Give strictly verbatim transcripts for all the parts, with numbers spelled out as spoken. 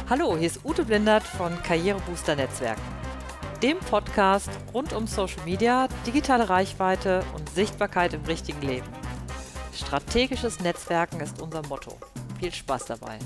Hallo, hier ist Ute Blindert von Karrierebooster Netzwerken, dem Podcast rund um Social Media, digitale Reichweite und Sichtbarkeit im richtigen Leben. Strategisches Netzwerken ist unser Motto. Viel Spaß dabei.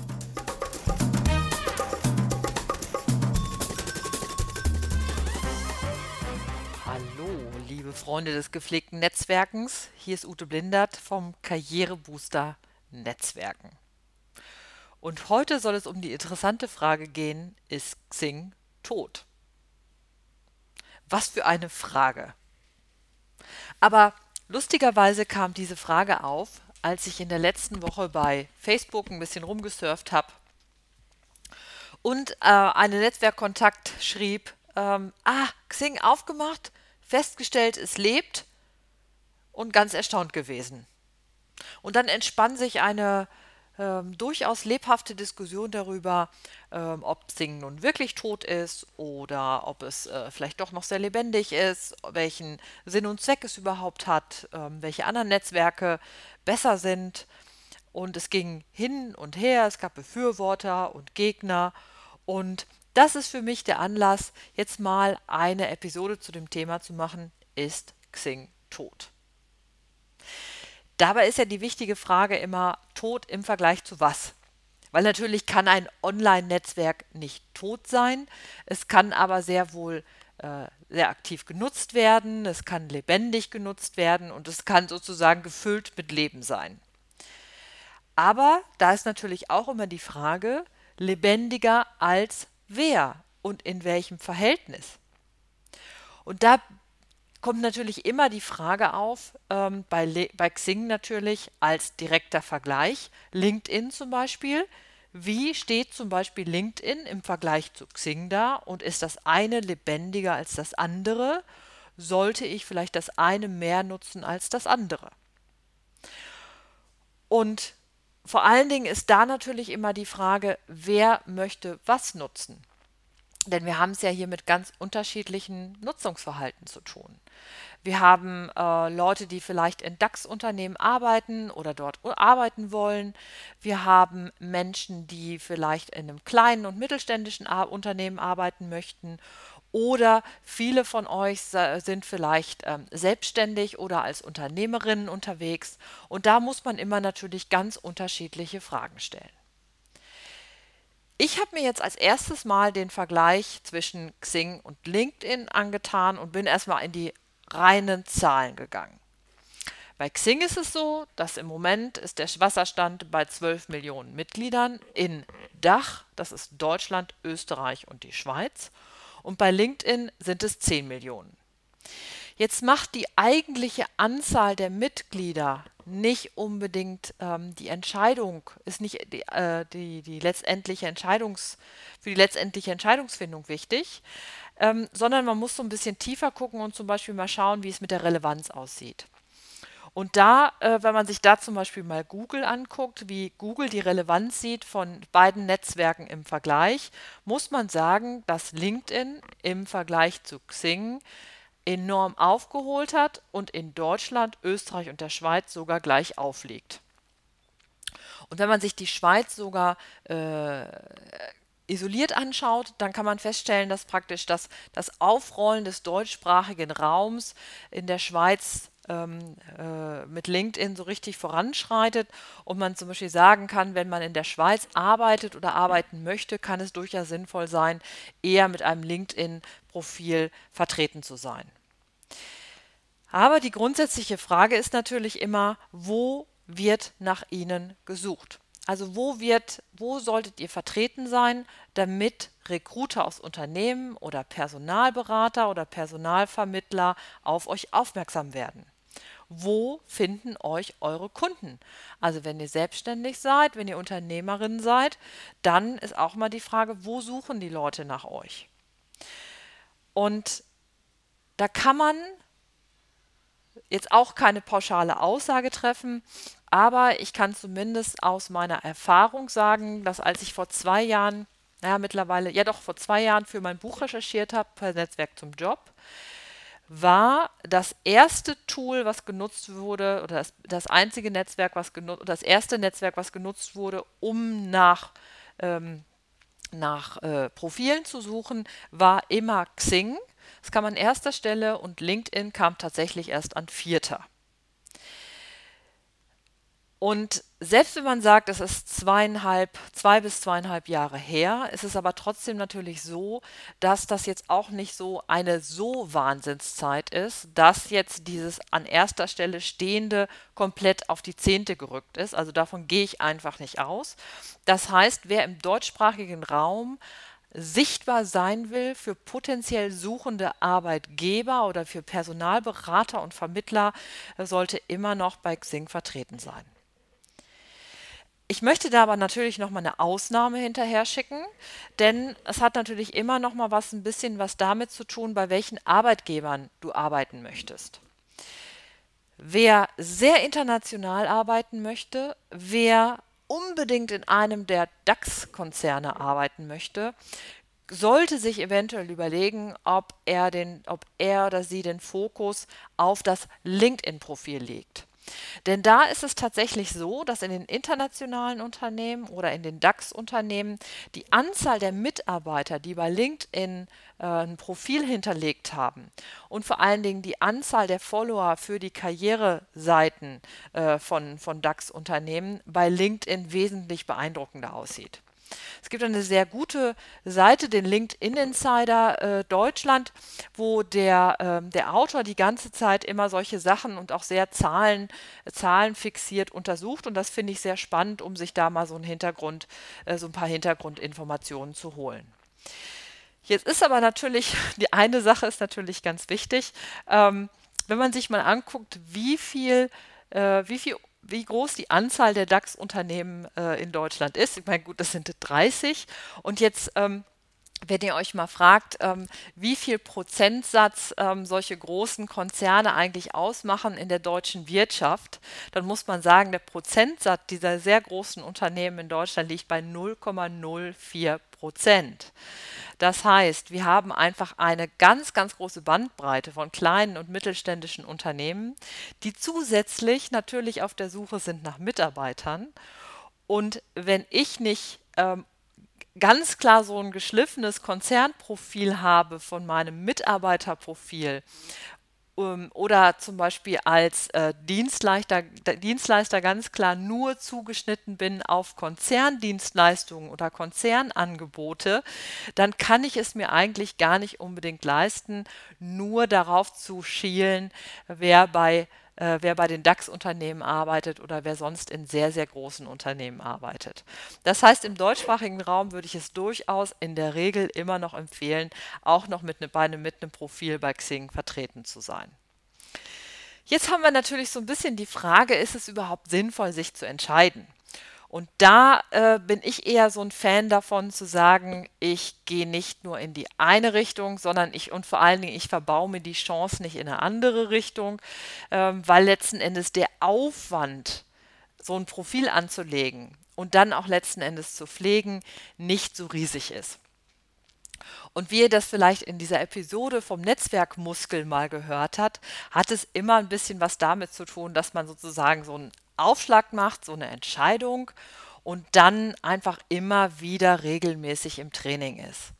Hallo, liebe Freunde des gepflegten Netzwerkens, hier ist Ute Blindert vom Karrierebooster Netzwerken. Und heute soll es um die interessante Frage gehen, ist Xing tot? Was für eine Frage. Aber lustigerweise kam diese Frage auf, als ich in der letzten Woche bei Facebook ein bisschen rumgesurft habe und äh, eine Netzwerkkontakt schrieb, ähm, ah, Xing aufgemacht, festgestellt, es lebt und ganz erstaunt gewesen. Und dann entspann sich eine ähm, durchaus lebhafte Diskussion darüber, ähm, ob Xing nun wirklich tot ist oder ob es äh, vielleicht doch noch sehr lebendig ist, welchen Sinn und Zweck es überhaupt hat, ähm, welche anderen Netzwerke besser sind. Und es ging hin und her, es gab Befürworter und Gegner. Und das ist für mich der Anlass, jetzt mal eine Episode zu dem Thema zu machen, ist Xing tot? Dabei ist ja die wichtige Frage immer, tot im Vergleich zu was? Weil natürlich kann ein Online-Netzwerk nicht tot sein, es kann aber sehr wohl äh, sehr aktiv genutzt werden, es kann lebendig genutzt werden und es kann sozusagen gefüllt mit Leben sein. Aber da ist natürlich auch immer die Frage, lebendiger als wer und in welchem Verhältnis? Und da kommt natürlich immer die Frage auf, ähm, bei, Le bei Xing natürlich als direkter Vergleich, LinkedIn zum Beispiel. Wie steht zum Beispiel LinkedIn im Vergleich zu Xing da und ist das eine lebendiger als das andere? Sollte ich vielleicht das eine mehr nutzen als das andere? Und vor allen Dingen ist da natürlich immer die Frage, wer möchte was nutzen? Denn wir haben es ja hier mit ganz unterschiedlichen Nutzungsverhalten zu tun. Wir haben äh, Leute, die vielleicht in DAX-Unternehmen arbeiten oder dort arbeiten wollen. Wir haben Menschen, die vielleicht in einem kleinen und mittelständischen Ar Unternehmen arbeiten möchten. Oder viele von euch sind vielleicht ähm, selbstständig oder als Unternehmerinnen unterwegs. Und da muss man immer natürlich ganz unterschiedliche Fragen stellen. Ich habe mir jetzt als erstes mal den Vergleich zwischen Xing und LinkedIn angetan und bin erstmal in die reinen Zahlen gegangen. Bei Xing ist es so, dass im Moment ist der Wasserstand bei zwölf Millionen Mitgliedern in Dach, das ist Deutschland, Österreich und die Schweiz. Und bei LinkedIn sind es zehn Millionen. Jetzt macht die eigentliche Anzahl der Mitglieder nicht unbedingt ähm, die Entscheidung, ist nicht die, äh, die, die letztendliche Entscheidungs, für die letztendliche Entscheidungsfindung wichtig, ähm, sondern man muss so ein bisschen tiefer gucken und zum Beispiel mal schauen, wie es mit der Relevanz aussieht. Und da, äh, wenn man sich da zum Beispiel mal Google anguckt, wie Google die Relevanz sieht von beiden Netzwerken im Vergleich, muss man sagen, dass LinkedIn im Vergleich zu Xing enorm aufgeholt hat und in Deutschland, Österreich und der Schweiz sogar gleich aufliegt. Und wenn man sich die Schweiz sogar äh, isoliert anschaut, dann kann man feststellen, dass praktisch das, das Aufrollen des deutschsprachigen Raums in der Schweiz ähm, äh, mit LinkedIn so richtig voranschreitet und man zum Beispiel sagen kann, wenn man in der Schweiz arbeitet oder arbeiten möchte, kann es durchaus sinnvoll sein, eher mit einem LinkedIn-Profil vertreten zu sein. Aber die grundsätzliche Frage ist natürlich immer, wo wird nach Ihnen gesucht? Also wo wird, wo solltet ihr vertreten sein, damit Recruiter aus Unternehmen oder Personalberater oder Personalvermittler auf euch aufmerksam werden? Wo finden euch eure Kunden? Also wenn ihr selbstständig seid, wenn ihr Unternehmerin seid, dann ist auch mal die Frage, wo suchen die Leute nach euch? Und da kann man jetzt auch keine pauschale Aussage treffen, aber ich kann zumindest aus meiner Erfahrung sagen, dass als ich vor zwei Jahren, naja mittlerweile, ja doch vor zwei Jahren für mein Buch recherchiert habe, per Netzwerk zum Job, war das erste Tool, was genutzt wurde, oder das, das einzige Netzwerk, was genutzt, das erste Netzwerk, was genutzt wurde, um nach ähm, nach äh, Profilen zu suchen, war immer Xing. Das kam an erster Stelle und LinkedIn kam tatsächlich erst an vierter. Und selbst wenn man sagt, es ist zweieinhalb, zwei bis zweieinhalb Jahre her, ist es aber trotzdem natürlich so, dass das jetzt auch nicht so eine so Wahnsinnszeit ist, dass jetzt dieses an erster Stelle Stehende komplett auf die zehnte gerückt ist. Also davon gehe ich einfach nicht aus. Das heißt, wer im deutschsprachigen Raum sichtbar sein will für potenziell suchende Arbeitgeber oder für Personalberater und Vermittler, sollte immer noch bei Xing vertreten sein. Ich möchte da aber natürlich noch mal eine Ausnahme hinterher schicken, denn es hat natürlich immer noch mal was ein bisschen was damit zu tun, bei welchen Arbeitgebern du arbeiten möchtest. Wer sehr international arbeiten möchte, wer unbedingt in einem der DAX-Konzerne arbeiten möchte, sollte sich eventuell überlegen, ob er den, ob er oder sie den Fokus auf das LinkedIn-Profil legt. Denn da ist es tatsächlich so, dass in den internationalen Unternehmen oder in den DAX-Unternehmen die Anzahl der Mitarbeiter, die bei LinkedIn äh, ein Profil hinterlegt haben und vor allen Dingen die Anzahl der Follower für die Karriereseiten äh, von, von DAX-Unternehmen bei LinkedIn wesentlich beeindruckender aussieht. Es gibt eine sehr gute Seite, den LinkedIn Insider äh, Deutschland, wo der, ähm, der Autor die ganze Zeit immer solche Sachen und auch sehr Zahlen, Zahlen fixiert untersucht. Und das finde ich sehr spannend, um sich da mal so einen Hintergrund, äh, so ein paar Hintergrundinformationen zu holen. Jetzt ist aber natürlich, die eine Sache ist natürlich ganz wichtig. Ähm, wenn man sich mal anguckt, wie viel, äh, wie viel wie groß die Anzahl der DAX-Unternehmen äh, in Deutschland ist. Ich meine, gut, das sind dreißig. Und jetzt, ähm, wenn ihr euch mal fragt, ähm, wie viel Prozentsatz ähm, solche großen Konzerne eigentlich ausmachen in der deutschen Wirtschaft, dann muss man sagen, der Prozentsatz dieser sehr großen Unternehmen in Deutschland liegt bei null Komma null vier Prozent. Das heißt, wir haben einfach eine ganz, ganz große Bandbreite von kleinen und mittelständischen Unternehmen, die zusätzlich natürlich auf der Suche sind nach Mitarbeitern. Und wenn ich nicht ähm, ganz klar so ein geschliffenes Konzernprofil habe von meinem Mitarbeiterprofil ähm, oder zum Beispiel als äh, Dienstleister, Dienstleister ganz klar nur zugeschnitten bin auf Konzerndienstleistungen oder Konzernangebote, dann kann ich es mir eigentlich gar nicht unbedingt leisten, nur darauf zu schielen, wer bei äh, wer bei den DAX-Unternehmen arbeitet oder wer sonst in sehr, sehr großen Unternehmen arbeitet. Das heißt, im deutschsprachigen Raum würde ich es durchaus in der Regel immer noch empfehlen, auch noch mit, ne, bei einem, mit einem Profil bei Xing vertreten zu sein. Jetzt haben wir natürlich so ein bisschen die Frage, ist es überhaupt sinnvoll, sich zu entscheiden? Und da äh, bin ich eher so ein Fan davon zu sagen, ich gehe nicht nur in die eine Richtung, sondern ich und vor allen Dingen, ich verbaue mir die Chance nicht in eine andere Richtung, ähm, weil letzten Endes der Aufwand, so ein Profil anzulegen und dann auch letzten Endes zu pflegen, nicht so riesig ist. Und wie ihr das vielleicht in dieser Episode vom Netzwerkmuskel mal gehört habt, hat es immer ein bisschen was damit zu tun, dass man sozusagen so einen Aufschlag macht, so eine Entscheidung und dann einfach immer wieder regelmäßig im Training ist.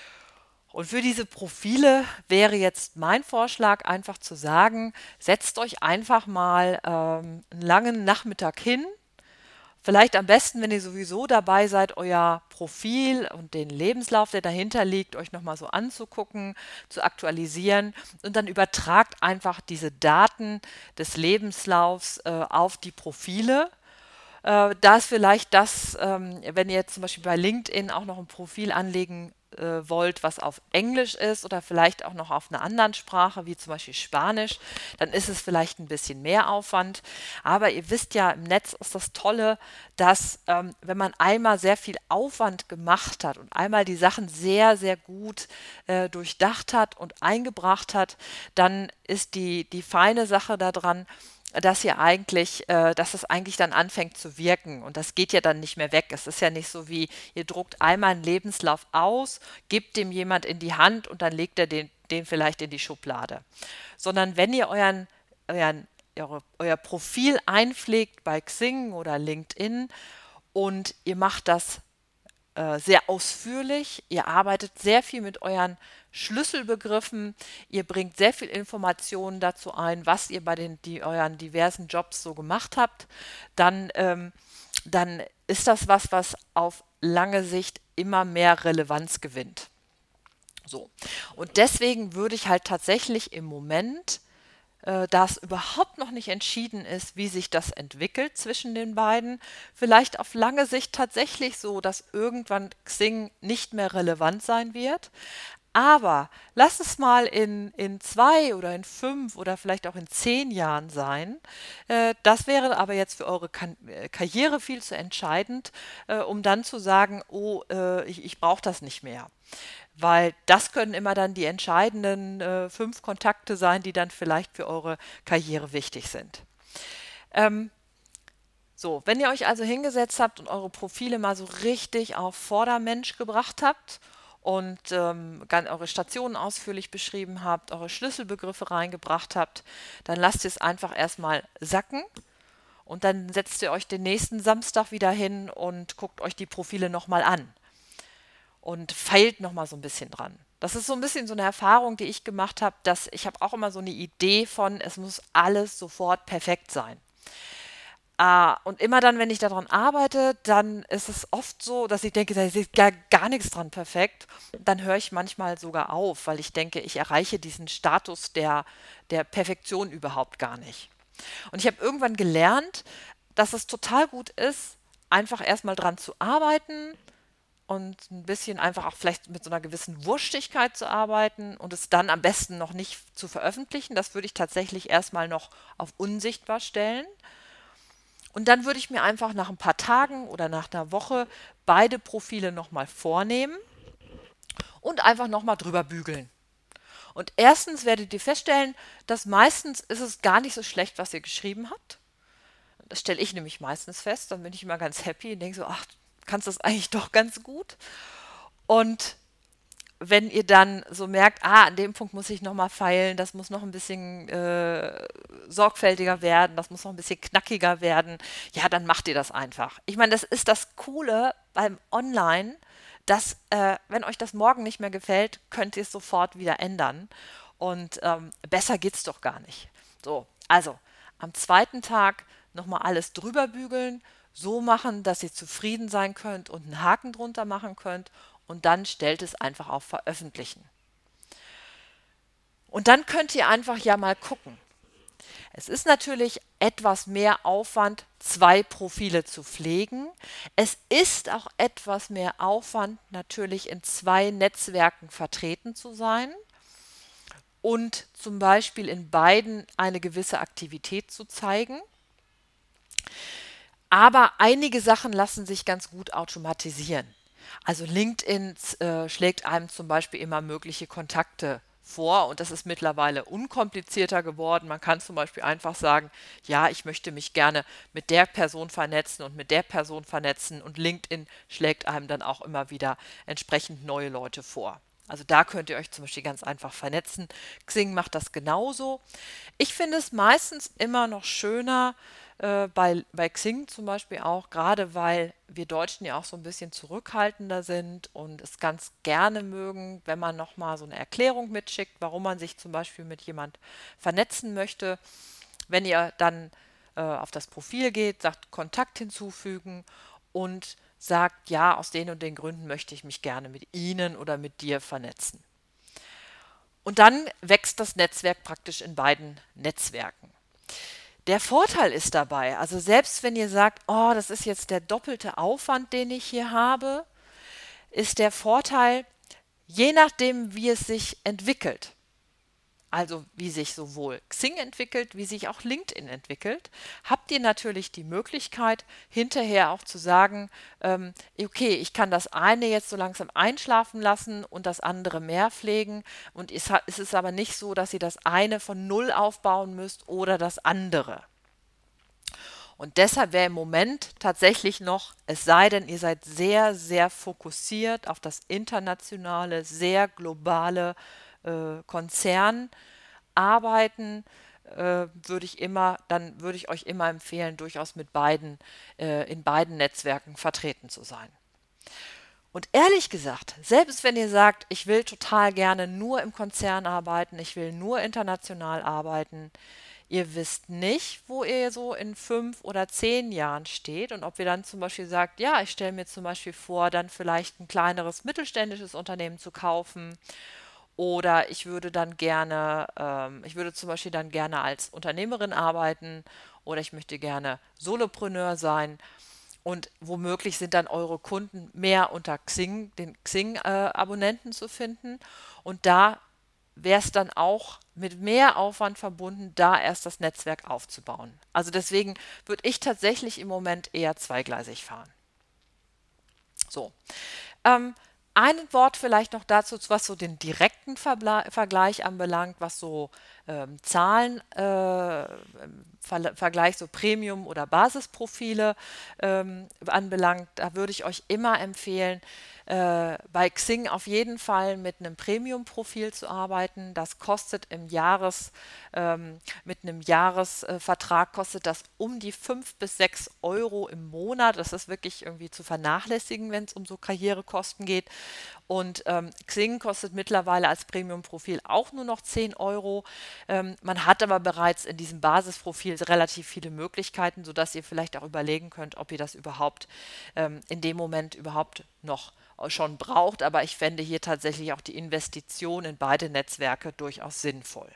Und für diese Profile wäre jetzt mein Vorschlag einfach zu sagen, setzt euch einfach mal ähm, einen langen Nachmittag hin. Vielleicht am besten, wenn ihr sowieso dabei seid, euer Profil und den Lebenslauf, der dahinter liegt, euch nochmal so anzugucken, zu aktualisieren und dann übertragt einfach diese Daten des Lebenslaufs äh, auf die Profile. Äh, da ist vielleicht das, ähm, wenn ihr jetzt zum Beispiel bei LinkedIn auch noch ein Profil anlegen äh, wollt, was auf Englisch ist oder vielleicht auch noch auf einer anderen Sprache, wie zum Beispiel Spanisch, dann ist es vielleicht ein bisschen mehr Aufwand. Aber ihr wisst ja, im Netz ist das Tolle, dass ähm, wenn man einmal sehr viel Aufwand gemacht hat und einmal die Sachen sehr, sehr gut äh, durchdacht hat und eingebracht hat, dann ist die, die feine Sache daran, dass ihr eigentlich, äh, dass es eigentlich dann anfängt zu wirken und das geht ja dann nicht mehr weg. Es ist ja nicht so wie, ihr druckt einmal einen Lebenslauf aus, gebt dem jemand in die Hand und dann legt er den, den vielleicht in die Schublade. Sondern wenn ihr euren, euren, eure, euer Profil einpflegt bei Xing oder LinkedIn und ihr macht das äh, sehr ausführlich, ihr arbeitet sehr viel mit euren Schlüsselbegriffen, ihr bringt sehr viel Informationen dazu ein, was ihr bei den die euren diversen Jobs so gemacht habt, dann, ähm, dann ist das was, was auf lange Sicht immer mehr Relevanz gewinnt. So. Und deswegen würde ich halt tatsächlich im Moment, äh, da es überhaupt noch nicht entschieden ist, wie sich das entwickelt zwischen den beiden, vielleicht auf lange Sicht tatsächlich so, dass irgendwann Xing nicht mehr relevant sein wird. Aber lass es mal in, in zwei oder in fünf oder vielleicht auch in zehn Jahren sein. Äh, das wäre aber jetzt für eure kan äh, Karriere viel zu entscheidend, äh, um dann zu sagen, oh, äh, ich, ich brauche das nicht mehr. Weil das können immer dann die entscheidenden äh, fünf Kontakte sein, die dann vielleicht für eure Karriere wichtig sind. Ähm, so, wenn ihr euch also hingesetzt habt und eure Profile mal so richtig auf Vordermensch gebracht habt und ähm, gan- eure Stationen ausführlich beschrieben habt, eure Schlüsselbegriffe reingebracht habt, dann lasst ihr es einfach erstmal sacken und dann setzt ihr euch den nächsten Samstag wieder hin und guckt euch die Profile nochmal an und feilt nochmal so ein bisschen dran. Das ist so ein bisschen so eine Erfahrung, die ich gemacht habe, dass ich habe auch immer so eine Idee von, es muss alles sofort perfekt sein. Ah, und immer dann, wenn ich daran arbeite, dann ist es oft so, dass ich denke, da ist gar, gar nichts dran perfekt. Dann höre ich manchmal sogar auf, weil ich denke, ich erreiche diesen Status der, der Perfektion überhaupt gar nicht. Und ich habe irgendwann gelernt, dass es total gut ist, einfach erstmal dran zu arbeiten und ein bisschen einfach auch vielleicht mit so einer gewissen Wurstigkeit zu arbeiten und es dann am besten noch nicht zu veröffentlichen. Das würde ich tatsächlich erstmal noch auf unsichtbar stellen. Und dann würde ich mir einfach nach ein paar Tagen oder nach einer Woche beide Profile nochmal vornehmen und einfach nochmal drüber bügeln. Und erstens werdet ihr feststellen, dass meistens ist es gar nicht so schlecht, was ihr geschrieben habt. Das stelle ich nämlich meistens fest. Dann bin ich immer ganz happy und denke so, ach, kannst das eigentlich doch ganz gut. Und wenn ihr dann so merkt, ah, an dem Punkt muss ich nochmal feilen, das muss noch ein bisschen äh, sorgfältiger werden, das muss noch ein bisschen knackiger werden, ja, dann macht ihr das einfach. Ich meine, das ist das Coole beim Online, dass, äh, wenn euch das morgen nicht mehr gefällt, könnt ihr es sofort wieder ändern. Und ähm, besser geht's doch gar nicht. So, also am zweiten Tag nochmal alles drüber bügeln, so machen, dass ihr zufrieden sein könnt und einen Haken drunter machen könnt und dann stellt es einfach auf Veröffentlichen. Und dann könnt ihr einfach ja mal gucken. Es ist natürlich etwas mehr Aufwand, zwei Profile zu pflegen. Es ist auch etwas mehr Aufwand, natürlich in zwei Netzwerken vertreten zu sein und zum Beispiel in beiden eine gewisse Aktivität zu zeigen. Aber einige Sachen lassen sich ganz gut automatisieren. Also LinkedIn äh, schlägt einem zum Beispiel immer mögliche Kontakte vor und das ist mittlerweile unkomplizierter geworden. Man kann zum Beispiel einfach sagen, ja, ich möchte mich gerne mit der Person vernetzen und mit der Person vernetzen und LinkedIn schlägt einem dann auch immer wieder entsprechend neue Leute vor. Also da könnt ihr euch zum Beispiel ganz einfach vernetzen. Xing macht das genauso. Ich finde es meistens immer noch schöner, äh, bei, bei Xing zum Beispiel auch, gerade weil wir Deutschen ja auch so ein bisschen zurückhaltender sind und es ganz gerne mögen, wenn man nochmal so eine Erklärung mitschickt, warum man sich zum Beispiel mit jemand vernetzen möchte. Wenn ihr dann äh, auf das Profil geht, sagt Kontakt hinzufügen und sagt, ja, aus den und den Gründen möchte ich mich gerne mit Ihnen oder mit dir vernetzen. Und dann wächst das Netzwerk praktisch in beiden Netzwerken. Der Vorteil ist dabei, also selbst wenn ihr sagt, oh, das ist jetzt der doppelte Aufwand, den ich hier habe, ist der Vorteil, je nachdem, wie es sich entwickelt, also wie sich sowohl Xing entwickelt, wie sich auch LinkedIn entwickelt, habt ihr natürlich die Möglichkeit, hinterher auch zu sagen, ähm, okay, ich kann das eine jetzt so langsam einschlafen lassen und das andere mehr pflegen. Und es, ha- es ist aber nicht so, dass ihr das eine von null aufbauen müsst oder das andere. Und deshalb wäre im Moment tatsächlich noch, es sei denn, ihr seid sehr, sehr fokussiert auf das internationale, sehr globale äh, Konzern arbeiten, äh, würde ich immer, dann würde ich euch immer empfehlen, durchaus mit beiden, äh, in beiden Netzwerken vertreten zu sein. Und ehrlich gesagt, selbst wenn ihr sagt, ich will total gerne nur im Konzern arbeiten, ich will nur international arbeiten, ihr wisst nicht, wo ihr so in fünf oder zehn Jahren steht und ob ihr dann zum Beispiel sagt, ja, ich stelle mir zum Beispiel vor, dann vielleicht ein kleineres mittelständisches Unternehmen zu kaufen oder ich würde dann gerne, ähm, ich würde zum Beispiel dann gerne als Unternehmerin arbeiten oder ich möchte gerne Solopreneur sein. Und womöglich sind dann eure Kunden mehr unter Xing, den Xing-Abonnenten zu finden. Und da wäre es dann auch mit mehr Aufwand verbunden, da erst das Netzwerk aufzubauen. Also deswegen würde ich tatsächlich im Moment eher zweigleisig fahren. So. Ähm, ein Wort vielleicht noch dazu, was so den direkten Verbla- Vergleich anbelangt, was so ähm, Zahlen, äh, im Ver Vergleich so Premium- oder Basisprofile ähm, anbelangt. Da würde ich euch immer empfehlen, äh, bei Xing auf jeden Fall mit einem Premium-Profil zu arbeiten. Das kostet im Jahres, ähm, mit einem Jahresvertrag kostet das um die fünf bis sechs Euro im Monat. Das ist wirklich irgendwie zu vernachlässigen, wenn es um so Karrierekosten geht. Und ähm, Xing kostet mittlerweile als Premium-Profil auch nur noch zehn Euro. Ähm, man hat aber bereits in diesem Basisprofil relativ viele Möglichkeiten, sodass ihr vielleicht auch überlegen könnt, ob ihr das überhaupt ähm, in dem Moment überhaupt noch schon braucht. Aber ich fände hier tatsächlich auch die Investition in beide Netzwerke durchaus sinnvoll.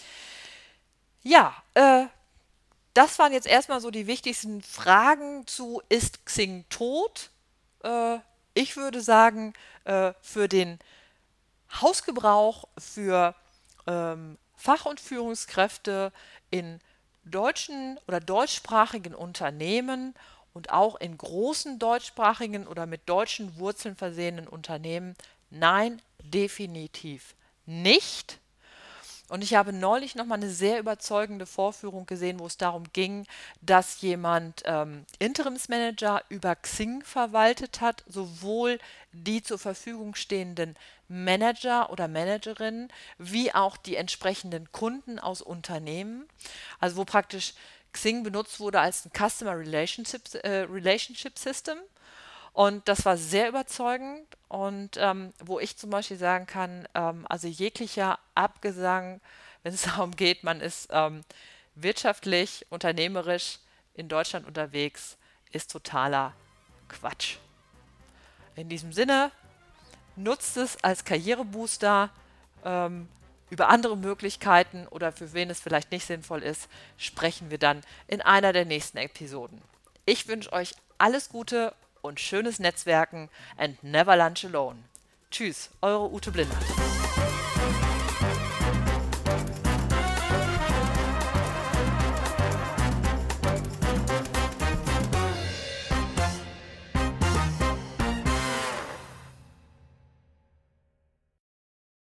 Ja, äh, das waren jetzt erstmal so die wichtigsten Fragen zu: Ist Xing tot? Äh, ich würde sagen, äh, für den Hausgebrauch, für ähm, Fach- und Führungskräfte in deutschen oder deutschsprachigen Unternehmen und auch in großen deutschsprachigen oder mit deutschen Wurzeln versehenen Unternehmen, nein, definitiv nicht. Und ich habe neulich noch mal eine sehr überzeugende Vorführung gesehen, wo es darum ging, dass jemand ähm, Interimsmanager über Xing verwaltet hat, sowohl die zur Verfügung stehenden Manager oder Managerinnen wie auch die entsprechenden Kunden aus Unternehmen. Also wo praktisch Xing benutzt wurde als ein Customer Relationship, äh, Relationship System. Und das war sehr überzeugend und ähm, wo ich zum Beispiel sagen kann, ähm, also jeglicher Abgesang, wenn es darum geht, man ist ähm, wirtschaftlich, unternehmerisch in Deutschland unterwegs, ist totaler Quatsch. In diesem Sinne, nutzt es als Karrierebooster. Ähm, über andere Möglichkeiten oder für wen es vielleicht nicht sinnvoll ist, sprechen wir dann in einer der nächsten Episoden. Ich wünsche euch alles Gute und schönes Netzwerken and never lunch alone. Tschüss, eure Ute Blindert.